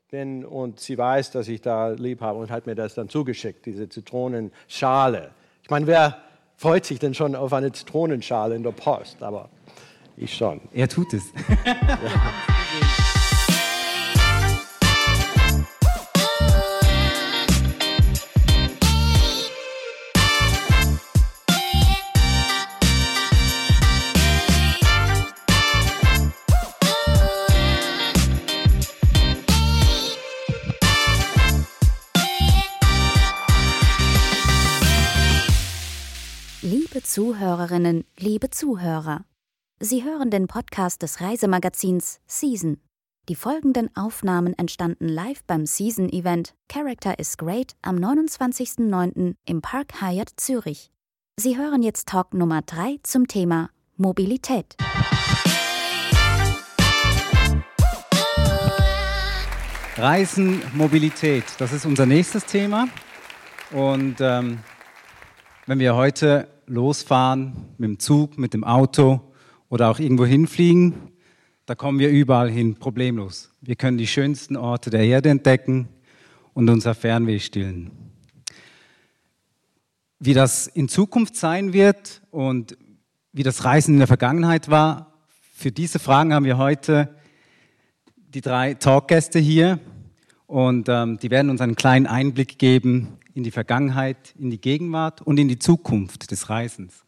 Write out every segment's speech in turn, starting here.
bin und sie weiß, dass ich da lieb habe und hat mir das dann zugeschickt, diese Zitronenschale. Ich meine, wer freut sich denn schon auf eine Zitronenschale in der Post? Aber ich schon. Er tut es. Ja. Liebe Zuhörerinnen, liebe Zuhörer, Sie hören den Podcast des Reisemagazins Season. Die folgenden Aufnahmen entstanden live beim Season-Event Character is Great am 29.09. im Park Hyatt Zürich. Sie hören jetzt Talk Nummer 3 zum Thema Mobilität. Reisen, Mobilität, das ist unser nächstes Thema. Und wenn wir heute losfahren mit dem Zug, mit dem Auto oder auch irgendwo hinfliegen, da kommen wir überall hin, problemlos. Wir können die schönsten Orte der Erde entdecken und unser Fernweh stillen. Wie das in Zukunft sein wird und wie das Reisen in der Vergangenheit war, für diese Fragen haben wir heute die 3 Talkgäste hier und die werden uns einen kleinen Einblick geben in die Vergangenheit, in die Gegenwart und in die Zukunft des Reisens.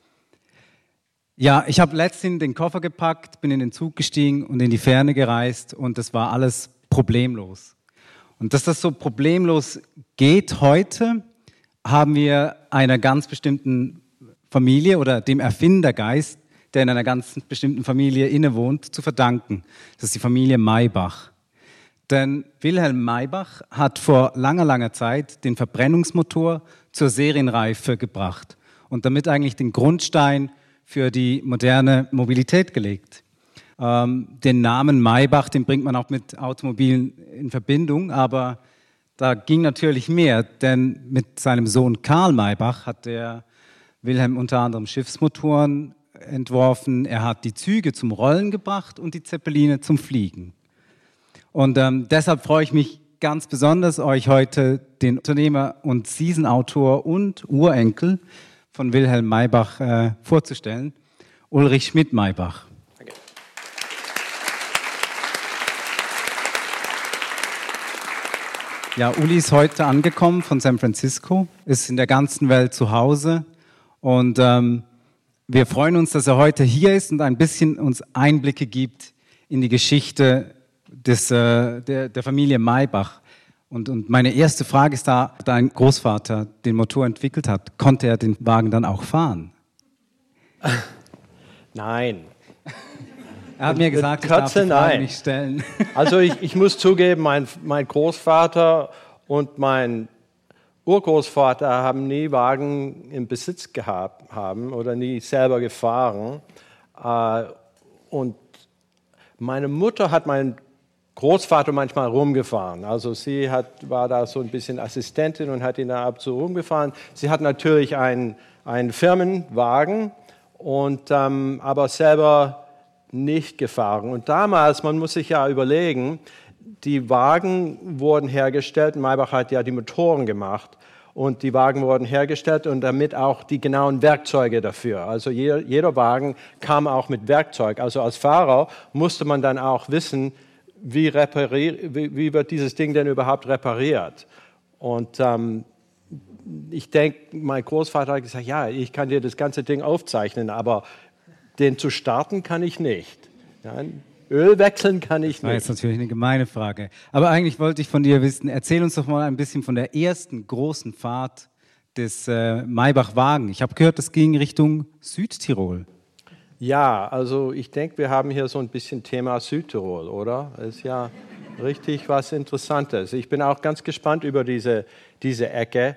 Ja, ich habe letztens den Koffer gepackt, bin in den Zug gestiegen und in die Ferne gereist und das war alles problemlos. Und dass das so problemlos geht heute, haben wir einer ganz bestimmten Familie oder dem Erfindergeist, der in einer ganz bestimmten Familie innewohnt, zu verdanken. Das ist die Familie Maybach. Denn Wilhelm Maybach hat vor langer, langer Zeit den Verbrennungsmotor zur Serienreife gebracht und damit eigentlich den Grundstein für die moderne Mobilität gelegt. Den Namen Maybach, den bringt man auch mit Automobilen in Verbindung, aber da ging natürlich mehr, denn mit seinem Sohn Karl Maybach hat der Wilhelm unter anderem Schiffsmotoren entworfen, er hat die Züge zum Rollen gebracht und die Zeppeline zum Fliegen. Und deshalb freue ich mich ganz besonders, euch heute den Unternehmer und Season-Autor und Urenkel von Wilhelm Maybach vorzustellen, Ulrich Schmidt-Maybach. Danke. Ja, Uli ist heute angekommen von San Francisco, ist in der ganzen Welt zu Hause und wir freuen uns, dass er heute hier ist und ein bisschen uns Einblicke gibt in die Geschichte der Familie Maybach. Und meine erste Frage ist da dein Großvater den Motor entwickelt hat, konnte er den Wagen dann auch fahren? Nein. Er hat mir gesagt, ich darf die Frage nicht stellen. Also ich muss zugeben, mein Großvater und mein Urgroßvater haben nie Wagen im Besitz gehabt oder nie selber gefahren. Und meine Mutter hat meinen Großvater manchmal rumgefahren. Also sie war da so ein bisschen Assistentin und hat ihn da ab und zu rumgefahren. Sie hat natürlich einen Firmenwagen, aber selber nicht gefahren. Und damals, man muss sich ja überlegen, die Wagen wurden hergestellt, Maybach hat ja die Motoren gemacht und die Wagen wurden hergestellt und damit auch die genauen Werkzeuge dafür. Also jeder Wagen kam auch mit Werkzeug. Also als Fahrer musste man dann auch wissen, wie wird dieses Ding denn überhaupt repariert? Und ich denke, mein Großvater hat gesagt, ja, ich kann dir das ganze Ding aufzeichnen, aber den zu starten kann ich nicht. Ja, Öl wechseln kann ich nicht. Das ist natürlich eine gemeine Frage. Aber eigentlich wollte ich von dir wissen, erzähl uns doch mal ein bisschen von der ersten großen Fahrt des Maybach-Wagen. Ich habe gehört, das ging Richtung Südtirol. Ja, also ich denke, wir haben hier so ein bisschen Thema Südtirol, oder? Das ist ja richtig was Interessantes. Ich bin auch ganz gespannt über diese Ecke.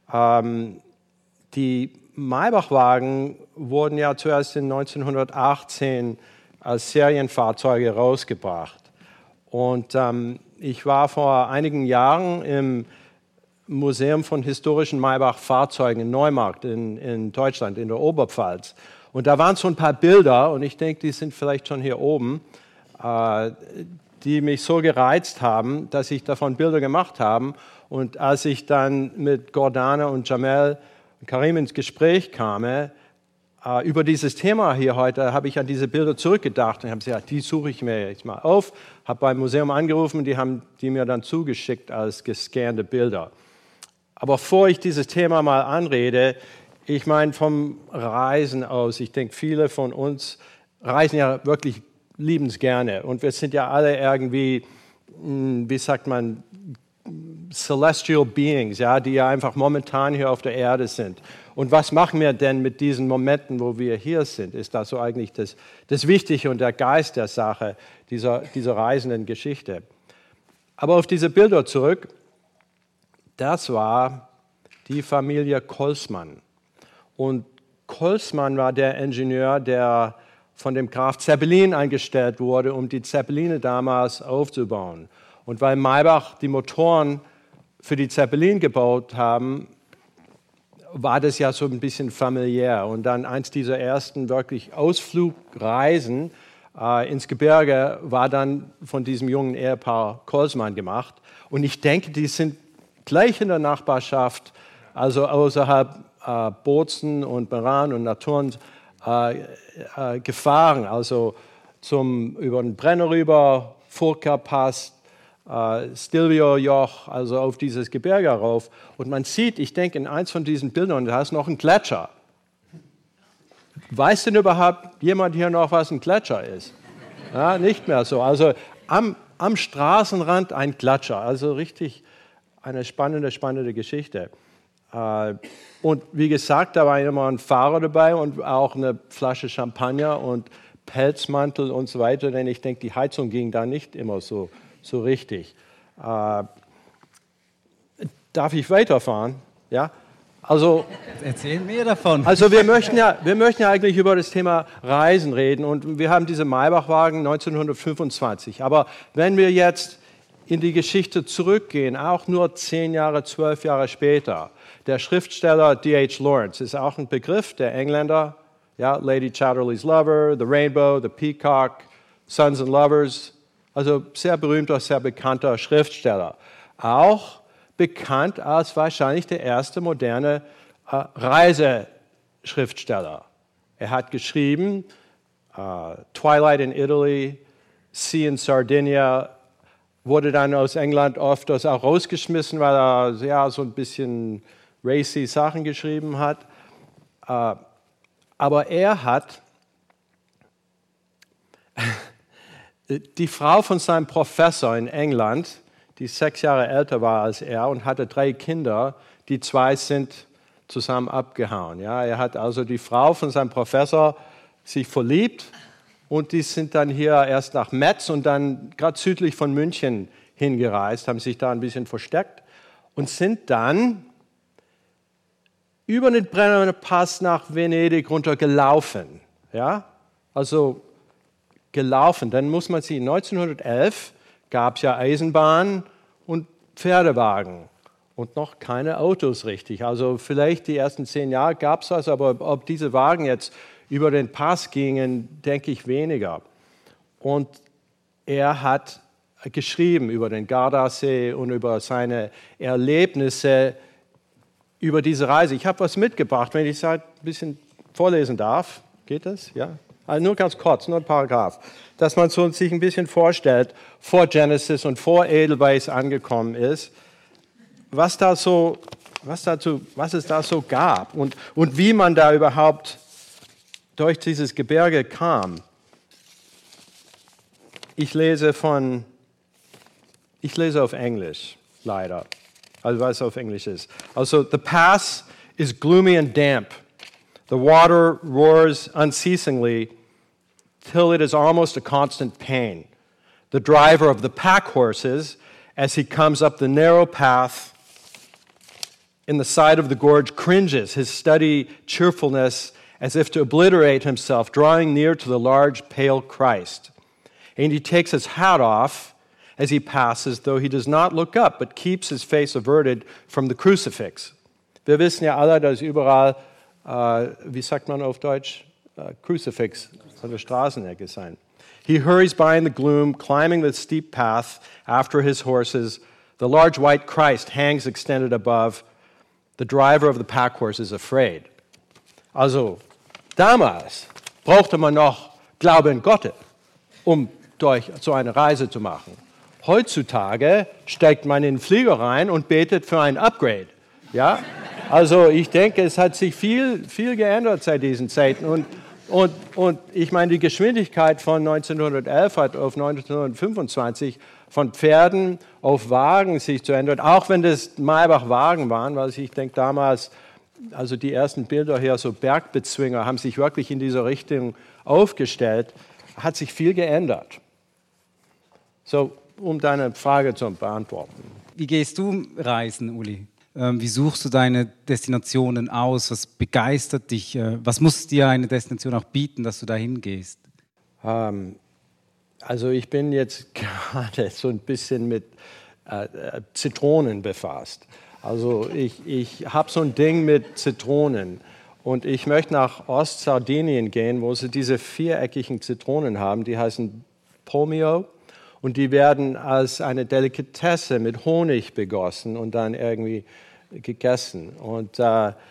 Die Maybach-Wagen wurden ja zuerst in 1918 als Serienfahrzeuge rausgebracht. Und ich war vor einigen Jahren im Museum von historischen Maybach-Fahrzeugen in Neumarkt in Deutschland, in der Oberpfalz. Und da waren so ein paar Bilder, und ich denke, die sind vielleicht schon hier oben. die mich so gereizt haben, dass ich davon Bilder gemacht habe. Und als ich dann mit Gordana und Jamel und Karim ins Gespräch kam, über dieses Thema hier heute, habe ich an diese Bilder zurückgedacht und habe gesagt, die suche ich mir jetzt mal auf, habe beim Museum angerufen, die haben die mir dann zugeschickt als gescannte Bilder. Aber bevor ich dieses Thema mal anrede, ich meine vom Reisen aus, ich denke, viele von uns reisen ja wirklich liebensgerne und wir sind ja alle irgendwie, wie sagt man, celestial beings, ja, die ja einfach momentan hier auf der Erde sind. Und was machen wir denn mit diesen Momenten, wo wir hier sind? Ist das so eigentlich das Wichtige und der Geist der Sache, dieser reisenden Geschichte? Aber auf diese Bilder zurück, das war die Familie Colsman. Und Colsman war der Ingenieur, der von dem Graf Zeppelin eingestellt wurde, um die Zeppeline damals aufzubauen. Und weil Maybach die Motoren für die Zeppelin gebaut haben, war das ja so ein bisschen familiär. Und dann eins dieser ersten wirklich Ausflugreisen ins Gebirge war dann von diesem jungen Ehepaar Colsman gemacht. Und ich denke, die sind gleich in der Nachbarschaft, also außerhalb Bozen und Meran und Naturn gefahren, also über den Brenner rüber, Furka-Pass, Stilvio-Joch, also auf dieses Gebirge rauf. Und man sieht, ich denke, in eins von diesen Bildern, da ist noch ein Gletscher. Weiß denn überhaupt jemand hier noch, was ein Gletscher ist? Ja, nicht mehr so. Also am Straßenrand ein Gletscher, also richtig eine spannende Geschichte. Und wie gesagt, da war immer ein Fahrer dabei und auch eine Flasche Champagner und Pelzmantel und so weiter, denn ich denke, die Heizung ging da nicht immer so richtig. Darf ich weiterfahren? Ja? Also, erzähl mir davon. Also wir möchten ja eigentlich über das Thema Reisen reden und wir haben diese Maybach-Wagen 1925. Aber wenn wir jetzt in die Geschichte zurückgehen, auch nur 10 Jahre, 12 Jahre später, der Schriftsteller D.H. Lawrence ist auch ein Begriff, der Engländer, ja, Lady Chatterley's Lover, The Rainbow, The Peacock, Sons and Lovers, also sehr berühmter, sehr bekannter Schriftsteller. Auch bekannt als wahrscheinlich der erste moderne Reiseschriftsteller. Er hat geschrieben Twilight in Italy, Sea in Sardinia, wurde dann aus England oft auch rausgeschmissen, weil er ja, so ein bisschen racy Sachen geschrieben hat. Aber er hat die Frau von seinem Professor in England, die 6 Jahre älter war als er und hatte 3 Kinder, die 2 sind zusammen abgehauen. Ja, er hat also die Frau von seinem Professor sich verliebt und die sind dann hier erst nach Metz und dann gerade südlich von München hingereist, haben sich da ein bisschen versteckt und sind dann über den Brenner Pass nach Venedig runtergelaufen. Ja, also gelaufen. Dann muss man sehen, 1911 gab es ja Eisenbahn und Pferdewagen und noch keine Autos richtig. Also vielleicht die ersten 10 Jahre gab es das, aber ob diese Wagen jetzt über den Pass gingen, denke ich weniger. Und er hat geschrieben über den Gardasee und über seine Erlebnisse über diese Reise. Ich habe was mitgebracht, wenn ich es halt ein bisschen vorlesen darf. Geht das? Ja? Also nur ganz kurz, nur ein Paragraph. Dass man sich ein bisschen vorstellt, vor Genesis und vor Edelweiss angekommen ist, was es da so gab und wie man da überhaupt durch dieses Gebirge kam. Ich lese auf Englisch, leider. Also was auf Englisch ist. Also, the pass is gloomy and damp. The water roars unceasingly till it is almost a constant pain. The driver of the pack horses, as he comes up the narrow path in the side of the gorge, cringes, his steady cheerfulness as if to obliterate himself, drawing near to the large, pale Christ. And he takes his hat off as he passes, though he does not look up, but keeps his face averted from the crucifix. Wir wissen ja alle, dass überall, wie sagt man auf Deutsch, Crucifix an der Straßenecke sein. He hurries by in the gloom, climbing the steep path after his horses. The large white Christ hangs extended above. The driver of the pack horse is afraid. Also, damals brauchte man noch Glaube in Gott, um durch so eine Reise zu machen. Heutzutage steigt man in den Flieger rein und betet für ein Upgrade. Ja? Also ich denke, es hat sich viel geändert seit diesen Zeiten. Und ich meine, die Geschwindigkeit von 1911 hat auf 1925 von Pferden auf Wagen sich zu ändern, auch wenn das Maybach-Wagen waren, weil ich denke damals, also die ersten Bilder hier, so Bergbezwinger, haben sich wirklich in dieser Richtung aufgestellt, hat sich viel geändert. So, um deine Frage zu beantworten. Wie gehst du reisen, Uli? Wie suchst du deine Destinationen aus? Was begeistert dich? Was muss dir eine Destination auch bieten, dass du dahin gehst? Also ich bin jetzt gerade so ein bisschen mit Zitronen befasst. Also ich habe so ein Ding mit Zitronen und ich möchte nach Ostsardinien gehen, wo sie diese viereckigen Zitronen haben, die heißen Pomio und die werden als eine Delikatesse mit Honig begossen und dann irgendwie gegessen. Und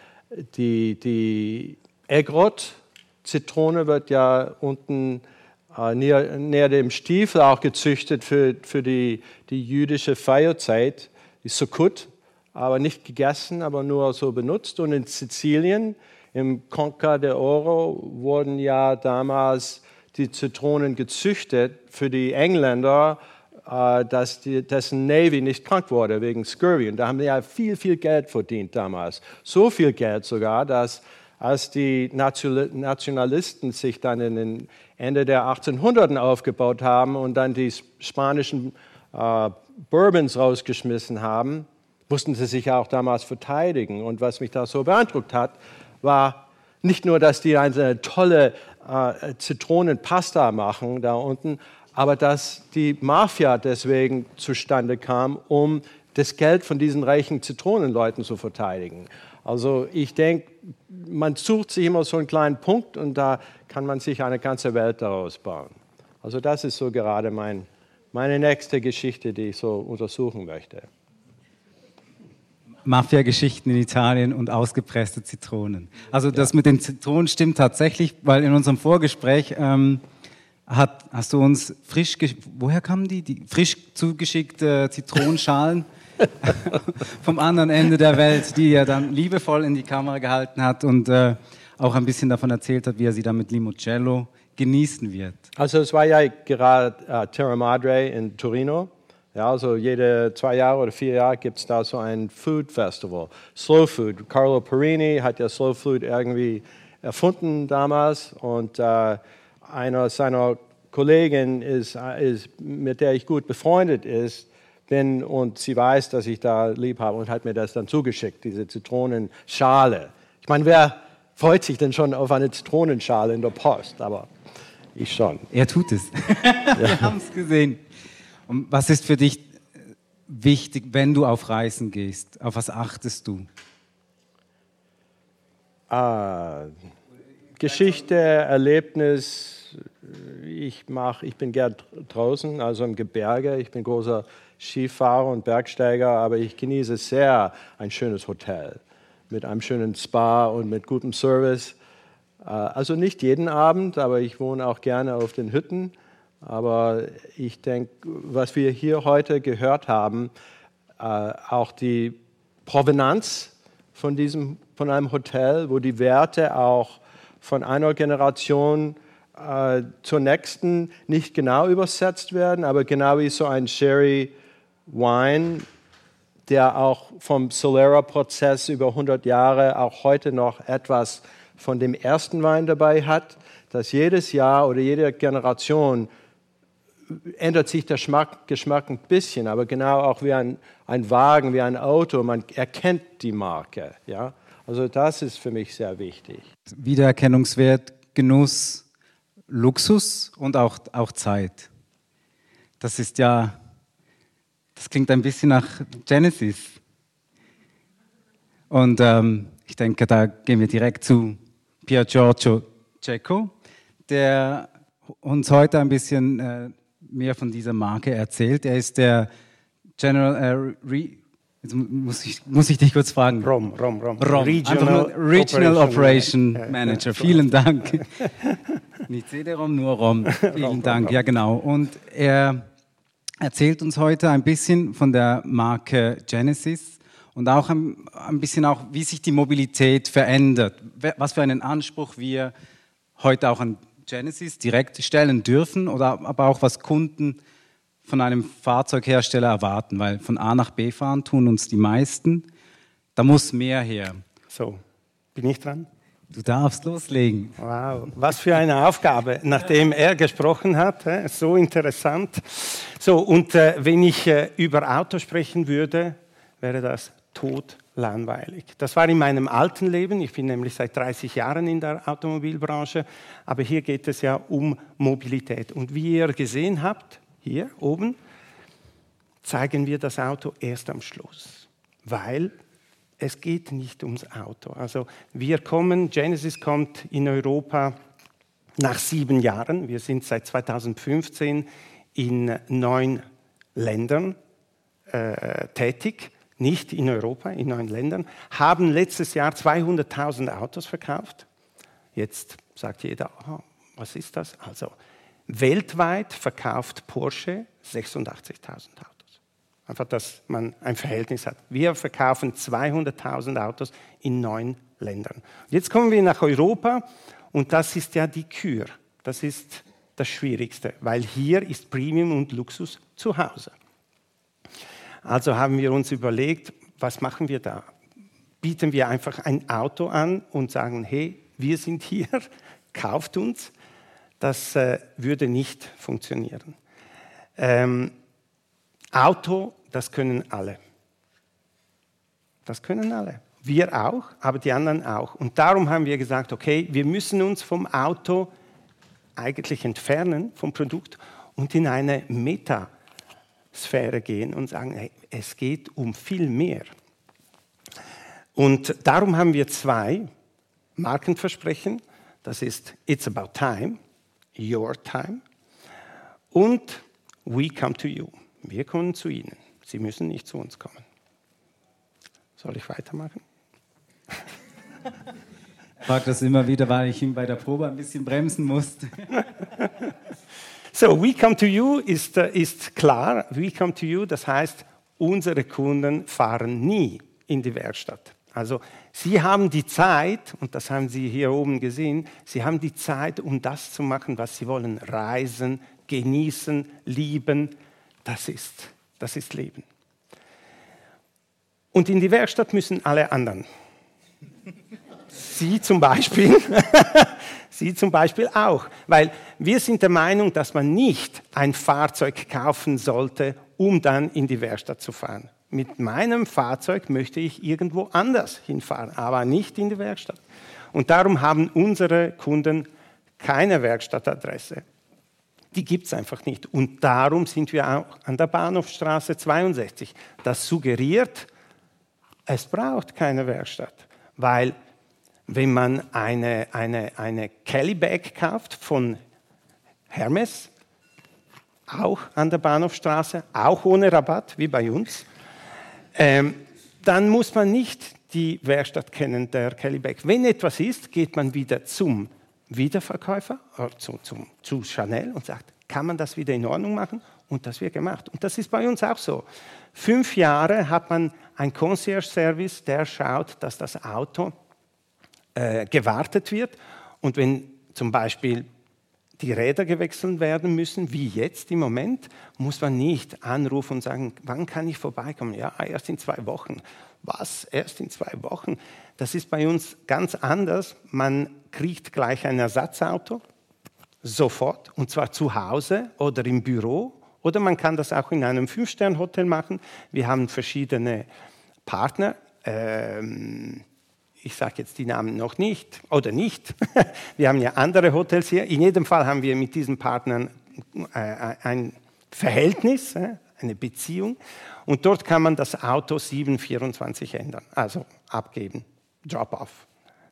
die Egrot-Zitrone wird ja unten näher dem Stiefel auch gezüchtet für die jüdische Feierzeit, die Sukkot, aber nicht gegessen, aber nur so benutzt. Und in Sizilien, im Conca d'Oro, wurden ja damals die Zitronen gezüchtet für die Engländer, dass dessen Navy nicht krank wurde wegen Scurvy. Und da haben die ja viel Geld verdient damals. So viel Geld sogar, dass als die Nationalisten sich dann in den Ende der 1800er aufgebaut haben und dann die spanischen Bourbons rausgeschmissen haben, mussten sie sich auch damals verteidigen. Und was mich da so beeindruckt hat, war nicht nur, dass die eine tolle Zitronenpasta machen da unten, aber dass die Mafia deswegen zustande kam, um das Geld von diesen reichen Zitronenleuten zu verteidigen. Also ich denke, man sucht sich immer so einen kleinen Punkt und da kann man sich eine ganze Welt daraus bauen. Also das ist so gerade meine nächste Geschichte, die ich so untersuchen möchte. Mafia-Geschichten in Italien und ausgepresste Zitronen. Also das mit den Zitronen stimmt tatsächlich, weil in unserem Vorgespräch hast du uns woher kamen die frisch zugeschickte Zitronenschalen vom anderen Ende der Welt, die er dann liebevoll in die Kamera gehalten hat und auch ein bisschen davon erzählt hat, wie er sie dann mit Limoncello genießen wird. Also es war ja gerade Terra Madre in Torino. Ja, also jede 2 Jahre oder 4 Jahre gibt es da so ein Food Festival, Slow Food. Carlo Perini hat ja Slow Food irgendwie erfunden damals und einer seiner Kollegen ist, mit der ich gut befreundet bin und sie weiß, dass ich da lieb habe und hat mir das dann zugeschickt, diese Zitronenschale. Ich meine, wer freut sich denn schon auf eine Zitronenschale in der Post? Aber ich schon. Er tut es. Wir haben es gesehen. Und was ist für dich wichtig, wenn du auf Reisen gehst? Auf was achtest du? Geschichte, Erlebnis. Ich bin gern draußen, also im Gebirge. Ich bin großer Skifahrer und Bergsteiger, aber ich genieße sehr ein schönes Hotel mit einem schönen Spa und mit gutem Service. Also nicht jeden Abend, aber ich wohne auch gerne auf den Hütten. Aber ich denke, was wir hier heute gehört haben, auch die Provenanz von einem Hotel, wo die Werte auch von einer Generation zur nächsten nicht genau übersetzt werden, aber genau wie so ein Sherry Wine, der auch vom Solera-Prozess über 100 Jahre auch heute noch etwas von dem ersten Wein dabei hat, dass jedes Jahr oder jede Generation ändert sich der Geschmack ein bisschen, aber genau auch wie ein Wagen, wie ein Auto, man erkennt die Marke. Ja? Also das ist für mich sehr wichtig. Wiedererkennungswert, Genuss, Luxus und auch Zeit. Das klingt ein bisschen nach Genesis. Und ich denke, da gehen wir direkt zu Pier Giorgio Cecco, der uns heute ein bisschen mehr von dieser Marke erzählt. Er ist der Jetzt muss ich dich kurz fragen. Rom. Regional Operation Manager. Vielen Dank. Nicht CD-ROM, nur ROM. Vielen Dank. Ja, genau. Und er erzählt uns heute ein bisschen von der Marke Genesis und auch ein bisschen auch, wie sich die Mobilität verändert. Was für einen Anspruch wir heute auch an Genesis direkt stellen dürfen, oder aber auch was Kunden von einem Fahrzeughersteller erwarten, weil von A nach B fahren tun uns die meisten. Da muss mehr her. So, bin ich dran? Du darfst loslegen. Wow, was für eine Aufgabe, nachdem er gesprochen hat. So interessant. So, und wenn ich über Auto sprechen würde, wäre das totlangweilig. Das war in meinem alten Leben. Ich bin nämlich seit 30 Jahren in der Automobilbranche. Aber hier geht es ja um Mobilität. Und wie ihr gesehen habt, hier oben, zeigen wir das Auto erst am Schluss, weil es geht nicht ums Auto. Also Genesis kommt in Europa nach 7 Jahren. Wir sind seit 2015 in 9 Ländern tätig, nicht in Europa, in 9 Ländern, haben letztes Jahr 200.000 Autos verkauft. Jetzt sagt jeder, oh, was ist das? Also weltweit verkauft Porsche 86.000 Autos. Einfach, dass man ein Verhältnis hat. Wir verkaufen 200.000 Autos in 9 Ländern. Jetzt kommen wir nach Europa und das ist ja die Kür. Das ist das Schwierigste, weil hier ist Premium und Luxus zu Hause. Also haben wir uns überlegt, was machen wir da? Bieten wir einfach ein Auto an und sagen, hey, wir sind hier, kauft uns. Das würde nicht funktionieren. Auto, das können alle. Das können alle. Wir auch, aber die anderen auch. Und darum haben wir gesagt, okay, wir müssen uns vom Auto eigentlich entfernen, vom Produkt, und in eine Metasphäre gehen und sagen, hey, es geht um viel mehr. Und darum haben wir 2 Markenversprechen. Das ist It's About Time. Your Time und We Come to You. Wir kommen zu Ihnen. Sie müssen nicht zu uns kommen. Soll ich weitermachen? Ich frage das immer wieder, weil ich ihn bei der Probe ein bisschen bremsen musste. So, We Come to You ist klar. We Come to You, das heißt, unsere Kunden fahren nie in die Werkstatt. Also Sie haben die Zeit, und das haben Sie hier oben gesehen, Sie haben die Zeit, um das zu machen, was Sie wollen. Reisen, genießen, lieben, das ist Leben. Und in die Werkstatt müssen alle anderen. Sie zum Beispiel auch. Weil wir sind der Meinung, dass man nicht ein Fahrzeug kaufen sollte, um dann in die Werkstatt zu fahren. Mit meinem Fahrzeug möchte ich irgendwo anders hinfahren, aber nicht in die Werkstatt. Und darum haben unsere Kunden keine Werkstattadresse. Die gibt es einfach nicht. Und darum sind wir auch an der Bahnhofstraße 62. Das suggeriert, es braucht keine Werkstatt. Weil wenn man eine Kelly Bag kauft von Hermes, auch an der Bahnhofstraße, auch ohne Rabatt, wie bei uns, dann muss man nicht die Werkstatt kennen, der Kelly Bag. Wenn etwas ist, geht man wieder zum Wiederverkäufer, zu Chanel und sagt, kann man das wieder in Ordnung machen? Und das wird gemacht. Und das ist bei uns auch so. 5 Jahre hat man einen Concierge-Service, der schaut, dass das Auto gewartet wird. Und wenn zum Beispiel die Räder gewechselt werden müssen, wie jetzt im Moment, muss man nicht anrufen und sagen, wann kann ich vorbeikommen? Ja, erst in 2 Wochen. Was? Erst in 2 Wochen? Das ist bei uns ganz anders. Man kriegt gleich ein Ersatzauto, sofort, und zwar zu Hause oder im Büro. Oder man kann das auch in einem 5-Sterne-Hotel machen. Wir haben verschiedene Partner. Ich sage jetzt die Namen noch nicht, oder nicht. Wir haben ja andere Hotels hier. In jedem Fall haben wir mit diesen Partnern ein Verhältnis, eine Beziehung. Und dort kann man das Auto 7/24 ändern, also abgeben, Drop-off.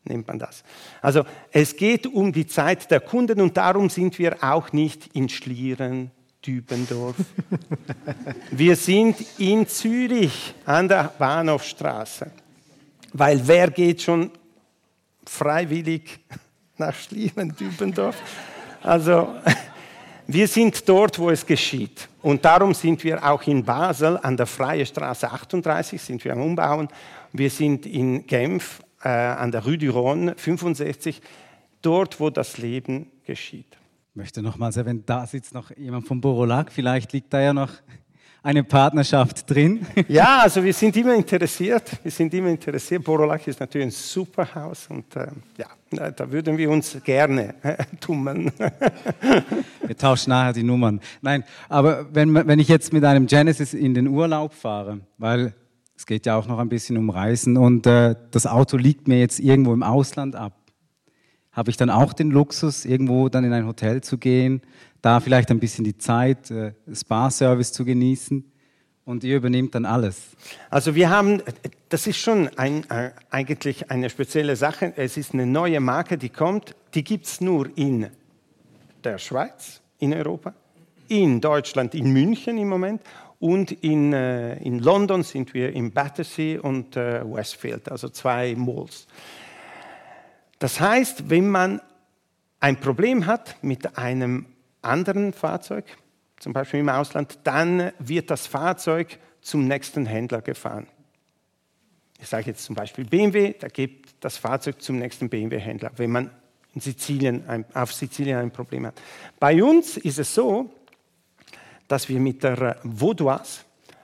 nennt man das. Also es geht um die Zeit der Kunden und darum sind wir auch nicht in Schlieren, Dübendorf. Wir sind in Zürich an der Bahnhofstraße. Weil wer geht schon freiwillig nach Schlieren, Dübendorf? Also wir sind dort, wo es geschieht. Und darum sind wir auch in Basel an der Freie Straße 38, sind wir am Umbauen. Wir sind in Genf an der Rue du Rhône 65, dort, wo das Leben geschieht. Ich möchte nochmals erwähnen, da sitzt noch jemand vom Borolac. Vielleicht liegt da ja noch eine Partnerschaft drin. Ja, also wir sind immer interessiert. Borolac ist natürlich ein super Haus und ja, da würden wir uns gerne tummeln. Wir tauschen nachher die Nummern. Nein, aber wenn ich jetzt mit einem Genesis in den Urlaub fahre, weil es geht ja auch noch ein bisschen um Reisen und das Auto liegt mir jetzt irgendwo im Ausland ab, habe ich dann auch den Luxus, irgendwo dann in ein Hotel zu gehen, da vielleicht ein bisschen die Zeit, Spa-Service zu genießen und ihr übernehmt dann alles? Also wir haben, das ist schon eigentlich eine spezielle Sache. Es ist eine neue Marke, die kommt, die gibt es nur in der Schweiz, in Europa, in Deutschland, in München im Moment und in London sind wir in Battersea und Westfield, also 2 Malls. Das heißt, wenn man ein Problem hat mit einem anderen Fahrzeug, zum Beispiel im Ausland, dann wird das Fahrzeug zum nächsten Händler gefahren. Ich sage jetzt zum Beispiel BMW, da geht das Fahrzeug zum nächsten BMW-Händler, wenn man auf Sizilien ein Problem hat. Bei uns ist es so, dass wir mit der Vaudoise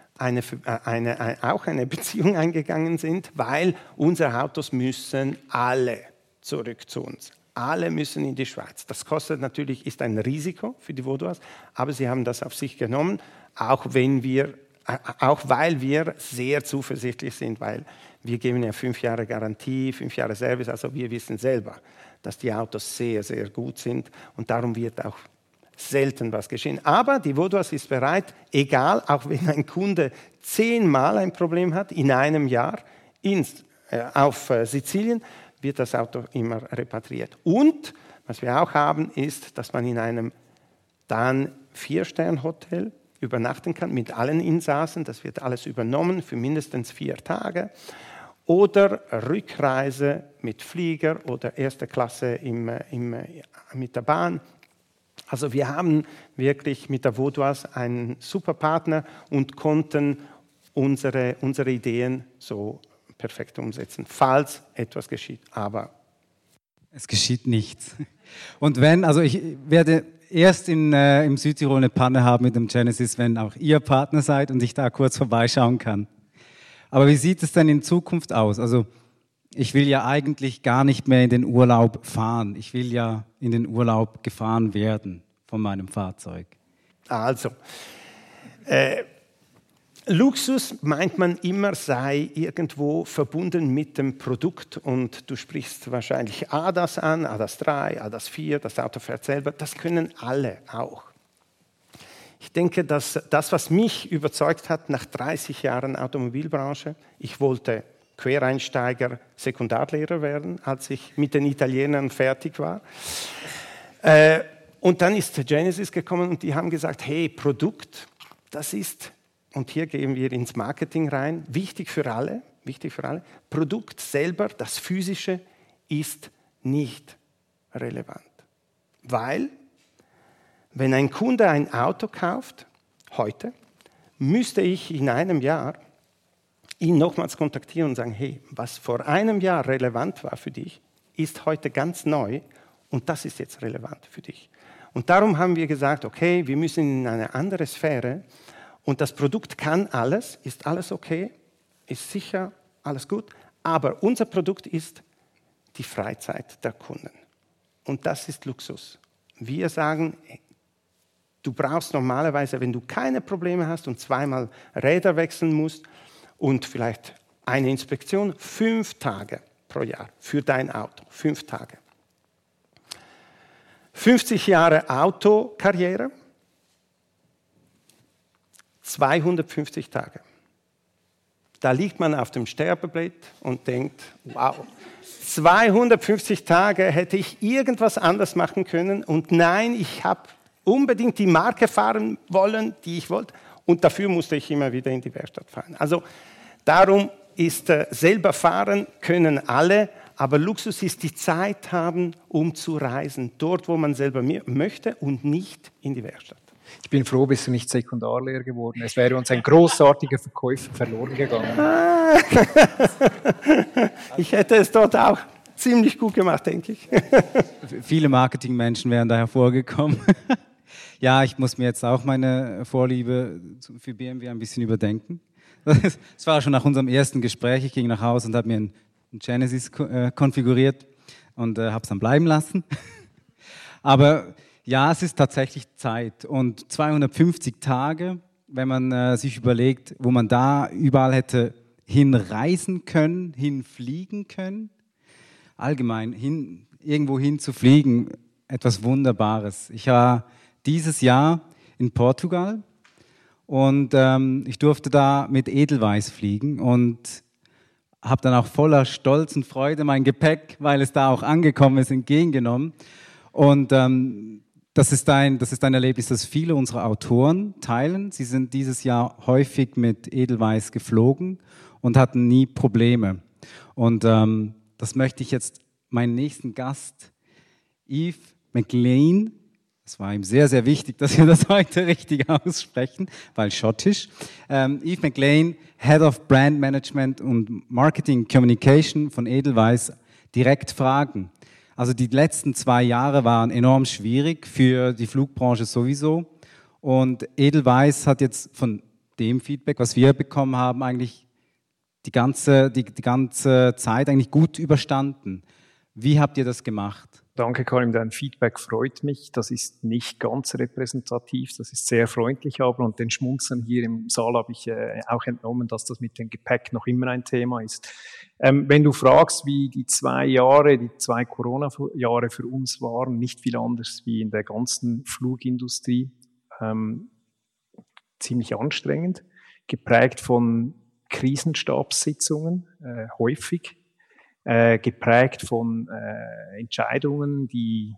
auch eine Beziehung eingegangen sind, weil unsere Autos müssen alle zurück zu uns. Alle müssen in die Schweiz. Das kostet natürlich, ist ein Risiko für die Vaudoise, aber sie haben das auf sich genommen, auch weil wir sehr zuversichtlich sind, weil wir geben ja 5 Jahre Garantie, 5 Jahre Service, also wir wissen selber, dass die Autos sehr, sehr gut sind und darum wird auch selten was geschehen. Aber die Vaudoise ist bereit, egal, auch wenn ein Kunde 10-mal ein Problem hat in einem Jahr auf Sizilien, wird das Auto immer repatriert. Und was wir auch haben, ist, dass man in einem dann 4-Sterne-Hotel übernachten kann mit allen Insassen. Das wird alles übernommen für mindestens 4 Tage. Oder Rückreise mit Flieger oder erste Klasse mit der Bahn. Also wir haben wirklich mit der Vaudoise einen super Partner und konnten unsere Ideen so perfekt umsetzen, falls etwas geschieht. Aber es geschieht nichts. Und ich werde erst im Südtirol eine Panne haben mit dem Genesis, wenn auch ihr Partner seid und ich da kurz vorbeischauen kann. Aber wie sieht es denn in Zukunft aus? Also ich will ja eigentlich gar nicht mehr in den Urlaub fahren. Ich will ja in den Urlaub gefahren werden von meinem Fahrzeug. Also, Luxus meint man immer, sei irgendwo verbunden mit dem Produkt und du sprichst wahrscheinlich ADAS an, ADAS 3, ADAS 4, das Auto fährt selber, das können alle auch. Ich denke, dass das, was mich überzeugt hat nach 30 Jahren Automobilbranche, ich wollte Quereinsteiger, Sekundarlehrer werden, als ich mit den Italienern fertig war. Und dann ist Genesis gekommen und die haben gesagt, hey, Produkt, das ist... Und hier gehen wir ins Marketing rein. Wichtig für alle. Produkt selber, das Physische, ist nicht relevant. Weil, wenn ein Kunde ein Auto kauft, heute, müsste ich in einem Jahr ihn nochmals kontaktieren und sagen, hey, was vor einem Jahr relevant war für dich, ist heute ganz neu und das ist jetzt relevant für dich. Und darum haben wir gesagt, okay, wir müssen in eine andere Sphäre. Und das Produkt kann alles, ist alles okay, ist sicher, alles gut. Aber unser Produkt ist die Freizeit der Kunden. Und das ist Luxus. Wir sagen, du brauchst normalerweise, wenn du keine Probleme hast und 2-mal Räder wechseln musst und vielleicht eine Inspektion, 5 Tage pro Jahr für dein Auto. 5 Tage. 50 Jahre Autokarriere. 250 Tage. Da liegt man auf dem Sterbebett und denkt, wow, 250 Tage hätte ich irgendwas anders machen können und nein, ich habe unbedingt die Marke fahren wollen, die ich wollte und dafür musste ich immer wieder in die Werkstatt fahren. Also darum ist selber fahren können alle, aber Luxus ist die Zeit haben, um zu reisen, dort, wo man selber möchte und nicht in die Werkstatt. Ich bin froh, bist du nicht Sekundarlehrer geworden. Es wäre uns ein großartiger Verkäufer verloren gegangen. Ich hätte es dort auch ziemlich gut gemacht, denke ich. Viele Marketingmenschen wären da hervorgekommen. Ja, ich muss mir jetzt auch meine Vorliebe für BMW ein bisschen überdenken. Das war schon nach unserem ersten Gespräch. Ich ging nach Hause und habe mir einen Genesis konfiguriert und habe es dann bleiben lassen. Aber ja, es ist tatsächlich Zeit. Und 250 Tage, wenn man sich überlegt, wo man da überall hätte hinreisen können, hinfliegen können, allgemein irgendwo hin zu fliegen, etwas Wunderbares. Ich war dieses Jahr in Portugal und ich durfte da mit Edelweiss fliegen und habe dann auch voller Stolz und Freude mein Gepäck, weil es da auch angekommen ist, entgegengenommen. Und das ist ein Erlebnis, das viele unserer Autoren teilen. Sie sind dieses Jahr häufig mit Edelweiss geflogen und hatten nie Probleme. Und das möchte ich jetzt meinen nächsten Gast, Yves McLean, es war ihm sehr, sehr wichtig, dass wir das heute richtig aussprechen, weil schottisch. Yves McLean, Head of Brand Management und Marketing Communication von Edelweiss, direkt fragen. Also die letzten 2 Jahre waren enorm schwierig für die Flugbranche sowieso. Und Edelweiss hat jetzt von dem Feedback, was wir bekommen haben, eigentlich die ganze Zeit eigentlich gut überstanden. Wie habt ihr das gemacht? Danke, Karim, dein Feedback freut mich. Das ist nicht ganz repräsentativ, das ist sehr freundlich aber und den Schmunzeln hier im Saal habe ich auch entnommen, dass das mit dem Gepäck noch immer ein Thema ist. Wenn du fragst, wie die 2 Corona-Jahre für uns waren, nicht viel anders wie in der ganzen Flugindustrie, ziemlich anstrengend, geprägt von Krisenstabssitzungen, häufig, geprägt von Entscheidungen, die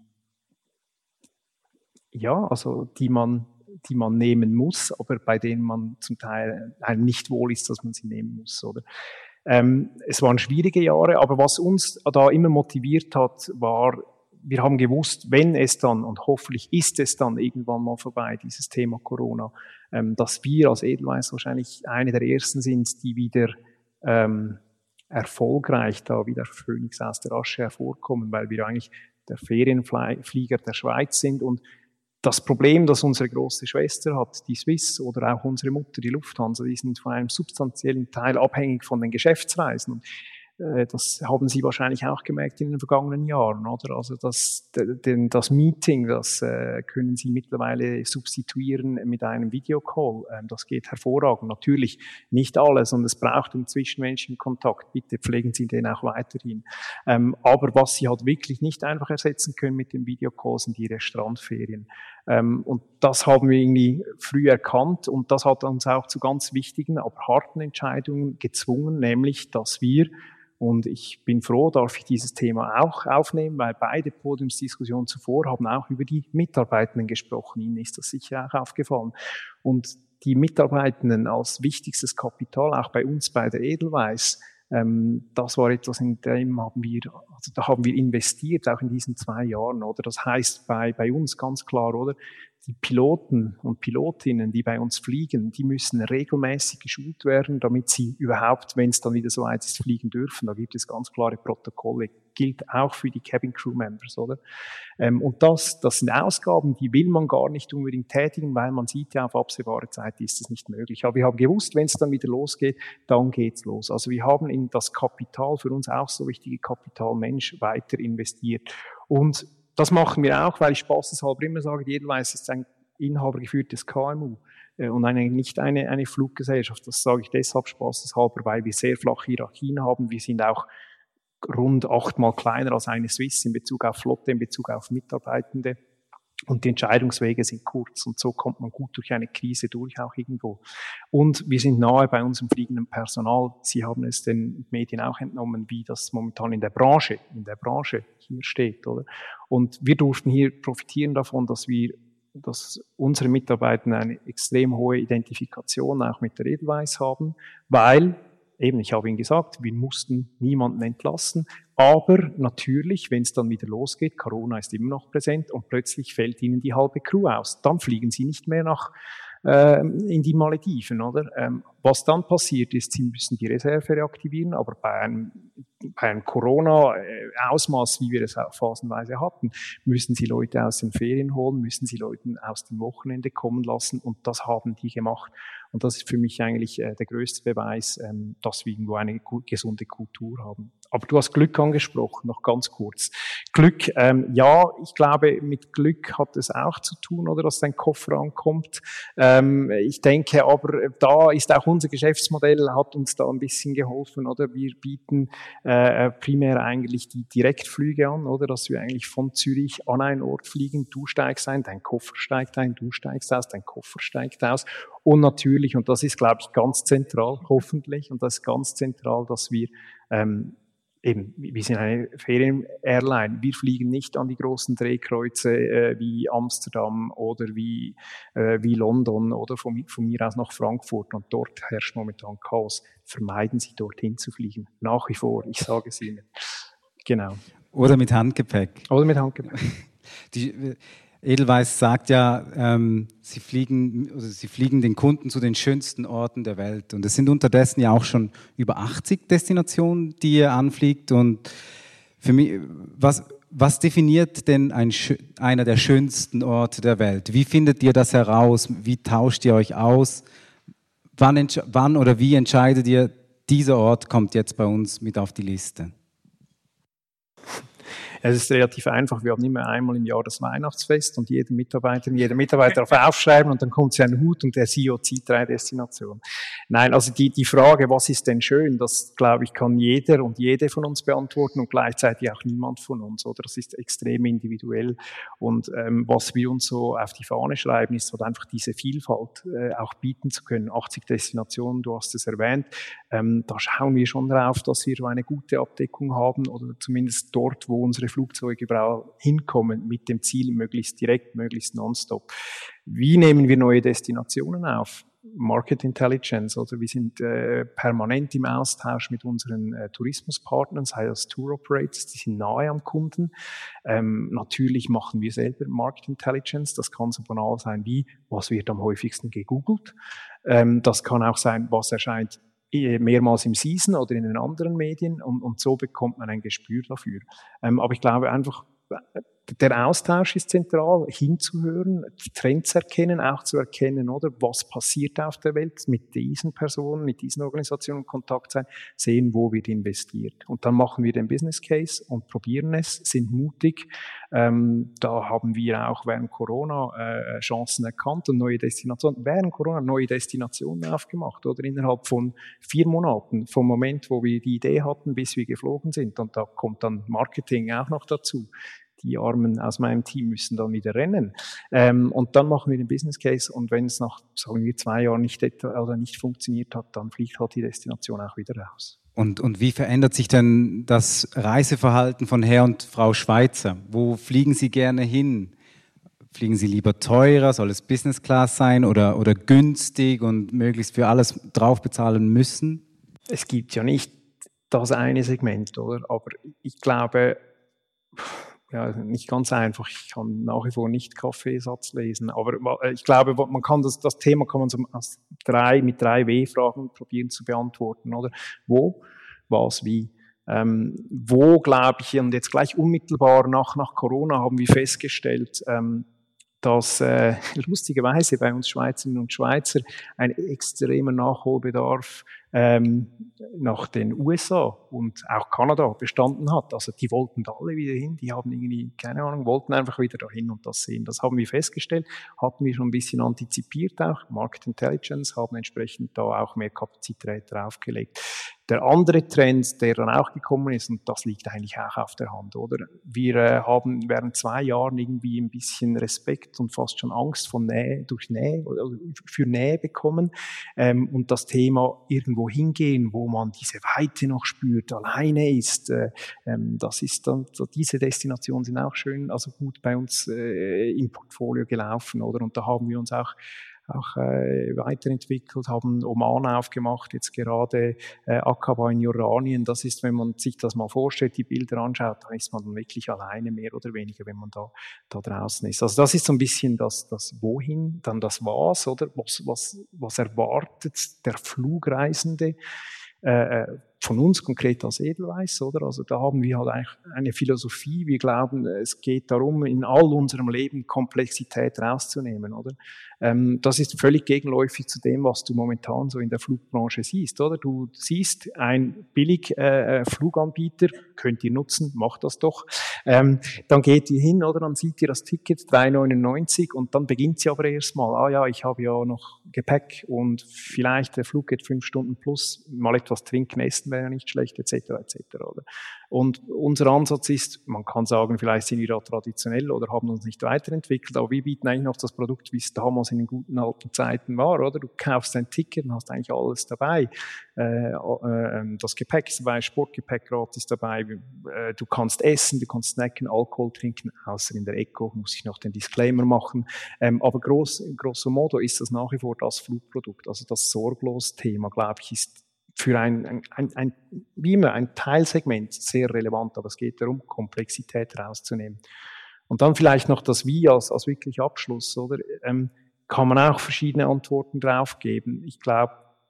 man nehmen muss, aber bei denen man zum Teil nicht wohl ist, dass man sie nehmen muss, oder? Es waren schwierige Jahre, aber was uns da immer motiviert hat, war, wir haben gewusst, wenn es dann, und hoffentlich ist es dann irgendwann mal vorbei, dieses Thema Corona, dass wir als Edelweiss wahrscheinlich eine der ersten sind, die wieder erfolgreich da wie der Phönix aus der Asche hervorkommen, weil wir eigentlich der Ferienflieger der Schweiz sind und das Problem, das unsere große Schwester hat, die Swiss oder auch unsere Mutter, die Lufthansa, die sind von einem substanziellen Teil abhängig von den Geschäftsreisen. Und das haben Sie wahrscheinlich auch gemerkt in den vergangenen Jahren, oder? Also das Meeting, das können Sie mittlerweile substituieren mit einem Videocall. Das geht hervorragend. Natürlich nicht alles und es braucht einen zwischenmenschlichen Kontakt. Bitte pflegen Sie den auch weiterhin. Aber was Sie halt wirklich nicht einfach ersetzen können mit dem Videocall, sind Ihre Strandferien. Und das haben wir irgendwie früh erkannt und das hat uns auch zu ganz wichtigen, aber harten Entscheidungen gezwungen, nämlich, dass wir, und ich bin froh, darf ich dieses Thema auch aufnehmen, weil beide Podiumsdiskussionen zuvor haben auch über die Mitarbeitenden gesprochen. Ihnen ist das sicher auch aufgefallen. Und die Mitarbeitenden als wichtigstes Kapital, auch bei uns bei der Edelweiss, das war etwas, da haben wir investiert, auch in diesen 2 Jahren, oder? Das heißt bei uns ganz klar, oder? Die Piloten und Pilotinnen, die bei uns fliegen, die müssen regelmäßig geschult werden, damit sie überhaupt, wenn es dann wieder so weit ist, fliegen dürfen. Da gibt es ganz klare Protokolle. Gilt auch für die Cabin Crew Members, oder? Und das sind Ausgaben, die will man gar nicht unbedingt tätigen, weil man sieht ja, auf absehbare Zeit ist es nicht möglich. Aber wir haben gewusst, wenn es dann wieder losgeht, dann geht's los. Also wir haben in das Kapital, für uns auch so wichtige Kapital Mensch, weiter investiert. Und das machen wir auch, weil ich spaßeshalber immer sage, die Edelweiss ist ein inhabergeführtes KMU und nicht eine Fluggesellschaft. Das sage ich deshalb spaßeshalber, weil wir sehr flache Hierarchien haben. Wir sind auch rund 8-mal kleiner als eine Swiss in Bezug auf Flotte, in Bezug auf Mitarbeitende. Und die Entscheidungswege sind kurz und so kommt man gut durch eine Krise durch auch irgendwo. Und wir sind nahe bei unserem fliegenden Personal. Sie haben es den Medien auch entnommen, wie das momentan in der Branche hier steht, oder? Und wir durften hier profitieren davon, dass unsere Mitarbeiter eine extrem hohe Identifikation auch mit der Edelweiss haben, weil eben, ich habe Ihnen gesagt, wir mussten niemanden entlassen. Aber natürlich, wenn es dann wieder losgeht, Corona ist immer noch präsent und plötzlich fällt Ihnen die halbe Crew aus. Dann fliegen Sie nicht mehr in die Malediven, oder? Was dann passiert ist, Sie müssen die Reserve reaktivieren, aber bei einem Corona-Ausmaß, wie wir es auch phasenweise hatten, müssen Sie Leute aus den Ferien holen, müssen Sie Leute aus dem Wochenende kommen lassen und das haben die gemacht. Und das ist für mich eigentlich der größte Beweis, dass wir irgendwo eine gesunde Kultur haben. Aber du hast Glück angesprochen, noch ganz kurz. Glück, ja, ich glaube, mit Glück hat es auch zu tun, oder, dass dein Koffer ankommt. Ich denke aber, da ist auch unser Geschäftsmodell, hat uns da ein bisschen geholfen, oder? Wir bieten primär eigentlich die Direktflüge an, oder? Dass wir eigentlich von Zürich an einen Ort fliegen, du steigst ein, dein Koffer steigt ein, du steigst aus, dein Koffer steigt aus. Und natürlich, und das ist, glaube ich, ganz zentral, hoffentlich, und das ist ganz zentral, dass wir eben, wir sind eine Ferien-Airline. Wir fliegen nicht an die großen Drehkreuze wie Amsterdam oder wie London oder von mir aus nach Frankfurt. Und dort herrscht momentan Chaos. Vermeiden Sie, dorthin zu fliegen. Nach wie vor, ich sage es Ihnen. Genau. Oder mit Handgepäck. Oder mit Handgepäck. Edelweiss sagt ja, sie fliegen den Kunden zu den schönsten Orten der Welt. Und es sind unterdessen ja auch schon über 80 Destinationen, die ihr anfliegt. Und für mich, was definiert denn einer der schönsten Orte der Welt? Wie findet ihr das heraus? Wie tauscht ihr euch aus? Wann oder wie entscheidet ihr, dieser Ort kommt jetzt bei uns mit auf die Liste? Es ist relativ einfach. Wir haben immer einmal im Jahr das Weihnachtsfest und jeder Mitarbeiter darf aufschreiben und dann kommt sein Hut und der CEO zieht 3 Destinationen. Nein, also die Frage, was ist denn schön, das, glaube ich, kann jeder und jede von uns beantworten und gleichzeitig auch niemand von uns, oder? Das ist extrem individuell und was wir uns so auf die Fahne schreiben, ist halt einfach diese Vielfalt auch bieten zu können. 80 Destinationen, du hast es erwähnt, da schauen wir schon drauf, dass wir eine gute Abdeckung haben oder zumindest dort, wo unsere Flugzeuge hinkommen, mit dem Ziel, möglichst direkt, möglichst nonstop. Wie nehmen wir neue Destinationen auf? Market Intelligence, oder wir sind permanent im Austausch mit unseren Tourismuspartnern, sei das Tour Operators, die sind nahe am Kunden. Natürlich machen wir selber Market Intelligence, das kann so banal sein wie, was wird am häufigsten gegoogelt. Das kann auch sein, was erscheint mehrmals im Season oder in den anderen Medien und so bekommt man ein Gespür dafür. Aber ich glaube einfach, der Austausch ist zentral, hinzuhören, die Trends erkennen, auch zu erkennen, oder was passiert auf der Welt, mit diesen Personen, mit diesen Organisationen in Kontakt sein, sehen, wo wird investiert. Und dann machen wir den Business Case und probieren es, sind mutig. Da haben wir auch während Corona Chancen erkannt und neue Destinationen aufgemacht, oder innerhalb von 4 Monaten, vom Moment, wo wir die Idee hatten, bis wir geflogen sind. Und da kommt dann Marketing auch noch dazu. Die Armen aus meinem Team müssen dann wieder rennen. Und dann machen wir den Business Case und wenn es nach, sagen wir, 2 Jahren nicht funktioniert hat, dann fliegt halt die Destination auch wieder raus. Und wie verändert sich denn das Reiseverhalten von Herr und Frau Schweitzer? Wo fliegen Sie gerne hin? Fliegen Sie lieber teurer? Soll es Business Class sein oder günstig und möglichst für alles drauf bezahlen müssen? Es gibt ja nicht das eine Segment, oder? Aber ich glaube, ja, nicht ganz einfach. Ich kann nach wie vor nicht Kaffeesatz lesen, aber ich glaube, man kann das Thema kann man so mit 3 W-Fragen probieren zu beantworten, oder? Wo, was, wie. Wo, glaube ich, und jetzt gleich unmittelbar nach Corona haben wir festgestellt, dass lustigerweise bei uns Schweizerinnen und Schweizer ein extremer Nachholbedarf nach den USA und auch Kanada bestanden hat. Also die wollten da alle wieder hin, die haben irgendwie, keine Ahnung, wollten einfach wieder dahin und das sehen. Das haben wir festgestellt, hatten wir schon ein bisschen antizipiert auch, Market Intelligence, haben entsprechend da auch mehr Kapazität draufgelegt. Der andere Trend, der dann auch gekommen ist, und das liegt eigentlich auch auf der Hand, oder? Wir haben während 2 Jahren irgendwie ein bisschen Respekt und fast schon Angst vor Nähe, für Nähe bekommen. Und das Thema irgendwo hingehen, wo man diese Weite noch spürt, alleine ist, das ist dann, diese Destinationen sind auch schön, also gut bei uns im Portfolio gelaufen, oder? Und da haben wir uns auch weiterentwickelt, haben Oman aufgemacht, jetzt gerade Aqaba in Jordanien. Das ist, wenn man sich das mal vorstellt, die Bilder anschaut, dann ist man dann wirklich alleine, mehr oder weniger, wenn man da draußen ist. Also das ist so ein bisschen das Wohin, dann das Was, oder? Was erwartet der Flugreisende von uns konkret als Edelweiss, oder? Also da haben wir halt eigentlich eine Philosophie. Wir glauben, es geht darum, in all unserem Leben Komplexität rauszunehmen, oder? Das ist völlig gegenläufig zu dem, was du momentan so in der Flugbranche siehst, oder? Du siehst ein billig Fluganbieter, könnt ihr nutzen, macht das doch. Dann geht ihr hin, oder? Dann sieht ihr das Ticket 3,99 und dann beginnt sie aber erstmal, ja, ich habe ja noch Gepäck und vielleicht der Flug geht 5 Stunden plus, mal etwas trinken, essen wäre ja nicht schlecht, etc., oder? Und unser Ansatz ist, man kann sagen, vielleicht sind wir da traditionell oder haben uns nicht weiterentwickelt, aber wir bieten eigentlich noch das Produkt, wie es damals in den guten alten Zeiten war, oder? Du kaufst ein Ticket und hast eigentlich alles dabei. Das Gepäck ist dabei, Sportgepäck gratis dabei, du kannst essen, du kannst snacken, Alkohol trinken, außer in der Eco muss ich noch den Disclaimer machen. Aber grosso modo ist das nach wie vor das Flugprodukt. Also das Sorglos-Thema, glaube ich, ist für wie immer, ein Teilsegment sehr relevant, aber es geht darum, Komplexität rauszunehmen. Und dann vielleicht noch das Wie als wirklich Abschluss, oder? Kann man auch verschiedene Antworten drauf geben. Ich glaube,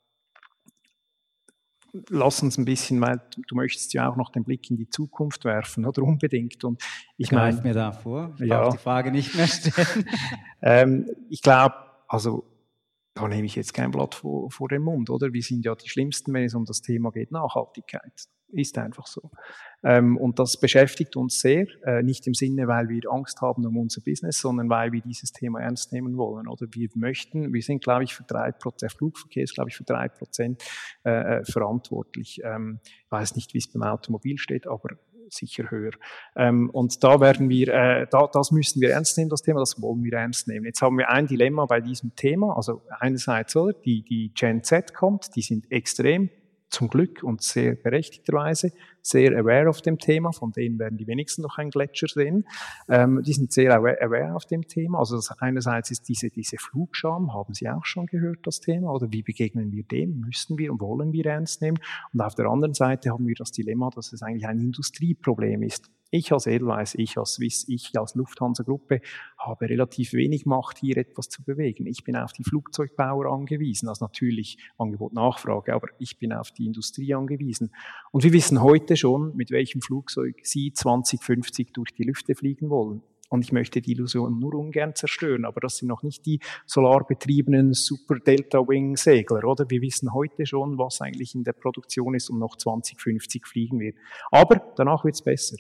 lass uns ein bisschen, weil du möchtest ja auch noch den Blick in die Zukunft werfen, oder unbedingt. Und ich meine, mir da vor, ich ja, darf die Frage nicht mehr stellen. Ich glaube, also da nehme ich jetzt kein Blatt vor den Mund, oder? Wir sind ja die Schlimmsten, wenn es um das Thema geht, Nachhaltigkeit. Ist einfach so. Und das beschäftigt uns sehr, nicht im Sinne, weil wir Angst haben um unser Business, sondern weil wir dieses Thema ernst nehmen wollen. Oder wir sind, glaube ich, der Flugverkehr ist, glaube ich, für 3% verantwortlich. Ich weiß nicht, wie es beim Automobil steht, aber sicher höher. Und da werden wir, das müssen wir ernst nehmen, das Thema, das wollen wir ernst nehmen. Jetzt haben wir ein Dilemma bei diesem Thema, also einerseits, oder, die Gen Z kommt, die sind extrem, zum Glück und sehr berechtigterweise, sehr aware auf dem Thema, von denen werden die wenigsten noch einen Gletscher sehen. Die sind sehr aware auf dem Thema. Also einerseits ist diese Flugscham, haben Sie auch schon gehört, das Thema, oder wie begegnen wir dem, müssen wir und wollen wir ernst nehmen. Und auf der anderen Seite haben wir das Dilemma, dass es eigentlich ein Industrieproblem ist. Ich als Edelweiss, ich als Swiss, ich als Lufthansa-Gruppe habe relativ wenig Macht, hier etwas zu bewegen. Ich bin auf die Flugzeugbauer angewiesen, also natürlich Angebot-Nachfrage, aber ich bin auf die Industrie angewiesen. Und wir wissen heute schon, mit welchem Flugzeug Sie 2050 durch die Lüfte fliegen wollen. Und ich möchte die Illusion nur ungern zerstören, aber das sind noch nicht die solarbetriebenen Super-Delta-Wing-Segler, oder? Wir wissen heute schon, was eigentlich in der Produktion ist und noch 2050 fliegen wird. Aber danach wird's besser.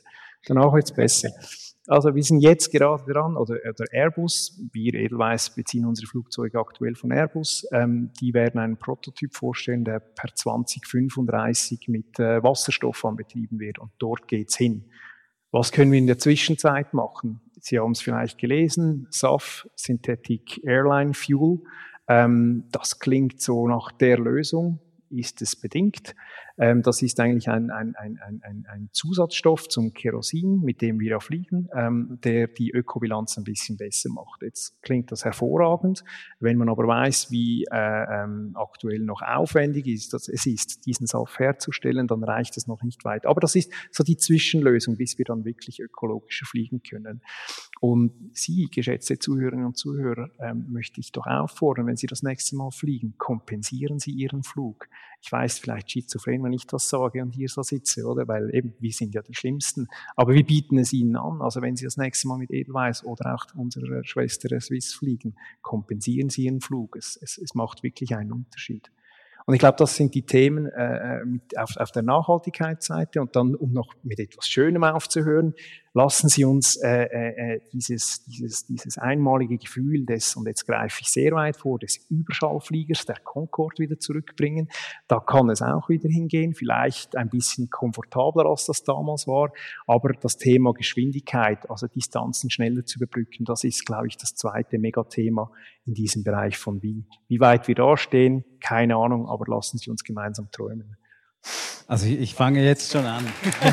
Also wir sind jetzt gerade dran, oder Airbus, wir Edelweiss beziehen unsere Flugzeuge aktuell von Airbus, die werden einen Prototyp vorstellen, der per 2035 mit Wasserstoff anbetrieben wird und dort geht's hin. Was können wir in der Zwischenzeit machen? Sie haben es vielleicht gelesen, SAF, Synthetic Airline Fuel, das klingt so nach der Lösung, ist es bedingt. Das ist eigentlich ein Zusatzstoff zum Kerosin, mit dem wir ja fliegen, der die Ökobilanz ein bisschen besser macht. Jetzt klingt das hervorragend. Wenn man aber weiß, wie aktuell noch aufwendig es ist, diesen SAF herzustellen, dann reicht es noch nicht weit. Aber das ist so die Zwischenlösung, bis wir dann wirklich ökologischer fliegen können. Und Sie, geschätzte Zuhörerinnen und Zuhörer, möchte ich doch auffordern, wenn Sie das nächste Mal fliegen, kompensieren Sie Ihren Flug. Ich weiß, vielleicht schizophren, wenn ich das sage und hier so sitze, oder? Weil eben, wir sind ja die Schlimmsten. Aber wir bieten es Ihnen an. Also wenn Sie das nächste Mal mit Edelweiss oder auch unserer Schwester Swiss fliegen, kompensieren Sie Ihren Flug. Es macht wirklich einen Unterschied. Und ich glaube, das sind die Themen auf der Nachhaltigkeitsseite. Und dann, um noch mit etwas Schönem aufzuhören, lassen Sie uns dieses einmalige Gefühl des, und jetzt greife ich sehr weit vor, des Überschallfliegers, der Concorde wieder zurückbringen. Da kann es auch wieder hingehen, vielleicht ein bisschen komfortabler, als das damals war. Aber das Thema Geschwindigkeit, also Distanzen schneller zu überbrücken, das ist, glaube ich, das zweite Megathema in diesem Bereich von Wien. Wie weit wir da stehen, keine Ahnung, aber lassen Sie uns gemeinsam träumen. Also ich fange jetzt schon an.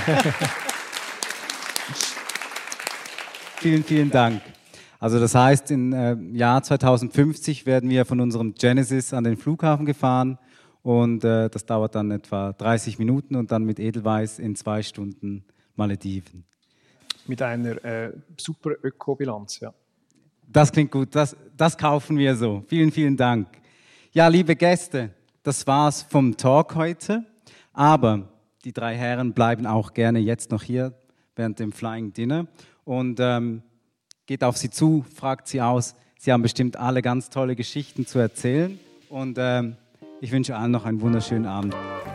Vielen, vielen Dank. Also das heißt, im Jahr 2050 werden wir von unserem Genesis an den Flughafen gefahren und das dauert dann etwa 30 Minuten und dann mit Edelweiss in 2 Stunden Malediven. Mit einer super Ökobilanz, ja. Das klingt gut, das kaufen wir so. Vielen, vielen Dank. Ja, liebe Gäste, das war's vom Talk heute, aber die 3 Herren bleiben auch gerne jetzt noch hier während dem Flying Dinner. Und geht auf sie zu, fragt sie aus. Sie haben bestimmt alle ganz tolle Geschichten zu erzählen. Und ich wünsche allen noch einen wunderschönen Abend.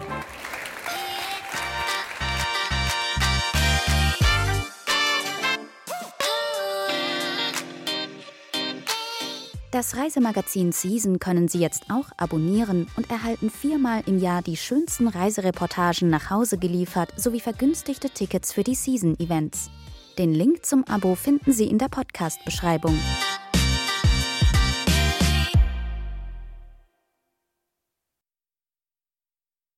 Das Reisemagazin Season können Sie jetzt auch abonnieren und erhalten 4-mal im Jahr die schönsten Reisereportagen nach Hause geliefert sowie vergünstigte Tickets für die Season-Events. Den Link zum Abo finden Sie in der Podcast-Beschreibung.